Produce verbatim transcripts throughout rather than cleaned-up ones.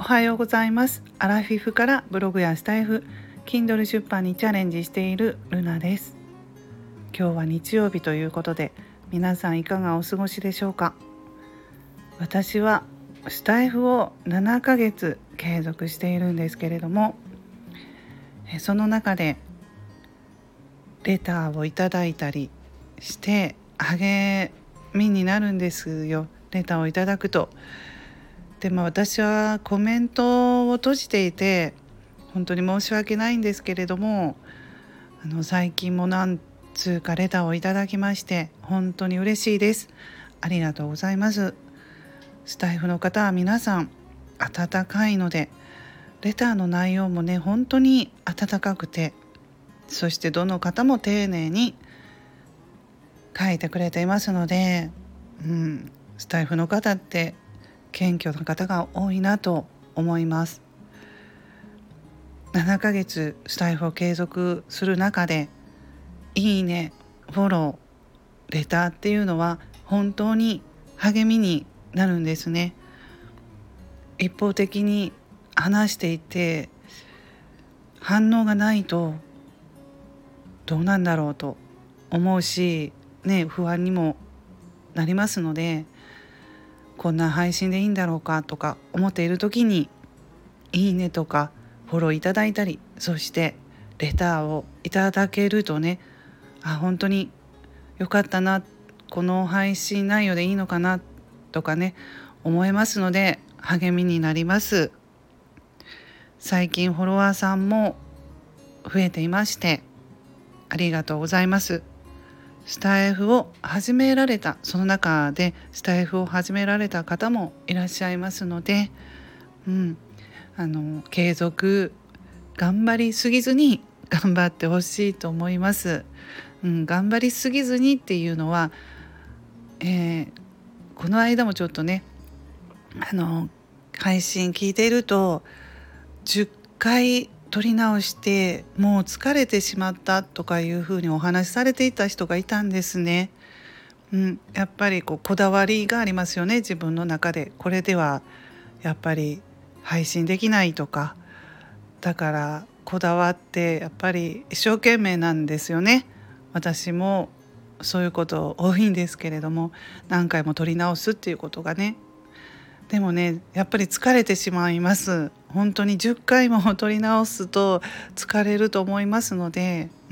はようございます。アラフィフからブログやスタイフ、Kindle 出版にチャレンジしているルナです。今日は日曜日ということで、皆さんいかがお過ごしでしょうか。私はスタイフをななかげつ継続しているんですけれども、その中でレターをいただいたりして励みになるんですよ。レターをいただくと。でも私はコメントを閉じていて本当に申し訳ないんですけれども、あの最近も何通かレターをいただきまして本当に嬉しいです。ありがとうございます。スタイフの方は皆さん温かいので、レターの内容もね本当に温かくて、そしてどの方も丁寧に書いてくれていますので、うん、スタイフの方って謙虚な方が多いなと思います。ななかげつスタイフを継続する中で、いいね、フォロー、レターっていうのは本当に励みになるんですね。一方的に話していて反応がないとどうなんだろうと思うし、ね、不安にもなりますので、こんな配信でいいんだろうかとか思っている時に、いいねとかフォローいただいたり、そしてレターをいただけるとね、あ、本当によかったな、この配信内容でいいのかなとかね思えますので励みになります。最近フォロワーさんも増えていましてありがとうございます。スタイフを始められた、その中でスタイフを始められた方もいらっしゃいますので、うん、あの継続頑張りすぎずに頑張ってほしいと思います。うん、頑張りすぎずにっていうのは、えー、この間もちょっとねあの配信聞いているとじゅっかい撮り直してもう疲れてしまったとかいうふうにお話しされていた人がいたんですね。うん、やっぱりこうこだわりがありますよね、自分の中で。これではやっぱり配信できないとか、だからこだわってやっぱり一生懸命なんですよね。私もそういうこと多いんですけれども、何回も撮り直すっていうことがね、でもねやっぱり疲れてしまいます。本当にじゅっかいも撮り直すと疲れると思いますので、うん、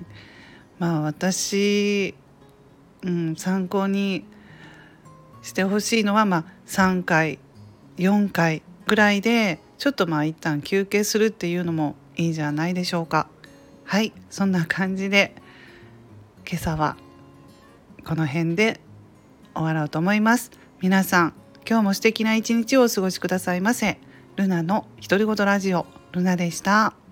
まあ私、うん、参考にしてほしいのは、まあ、さんかいよんかいぐらいでちょっとまあ一旦休憩するっていうのもいいじゃないでしょうか。はい、そんな感じで今朝はこの辺で終わろうと思います。皆さん今日も素敵な一日をお過ごしくださいませ。ルナの独り言ラジオ、ルナでした。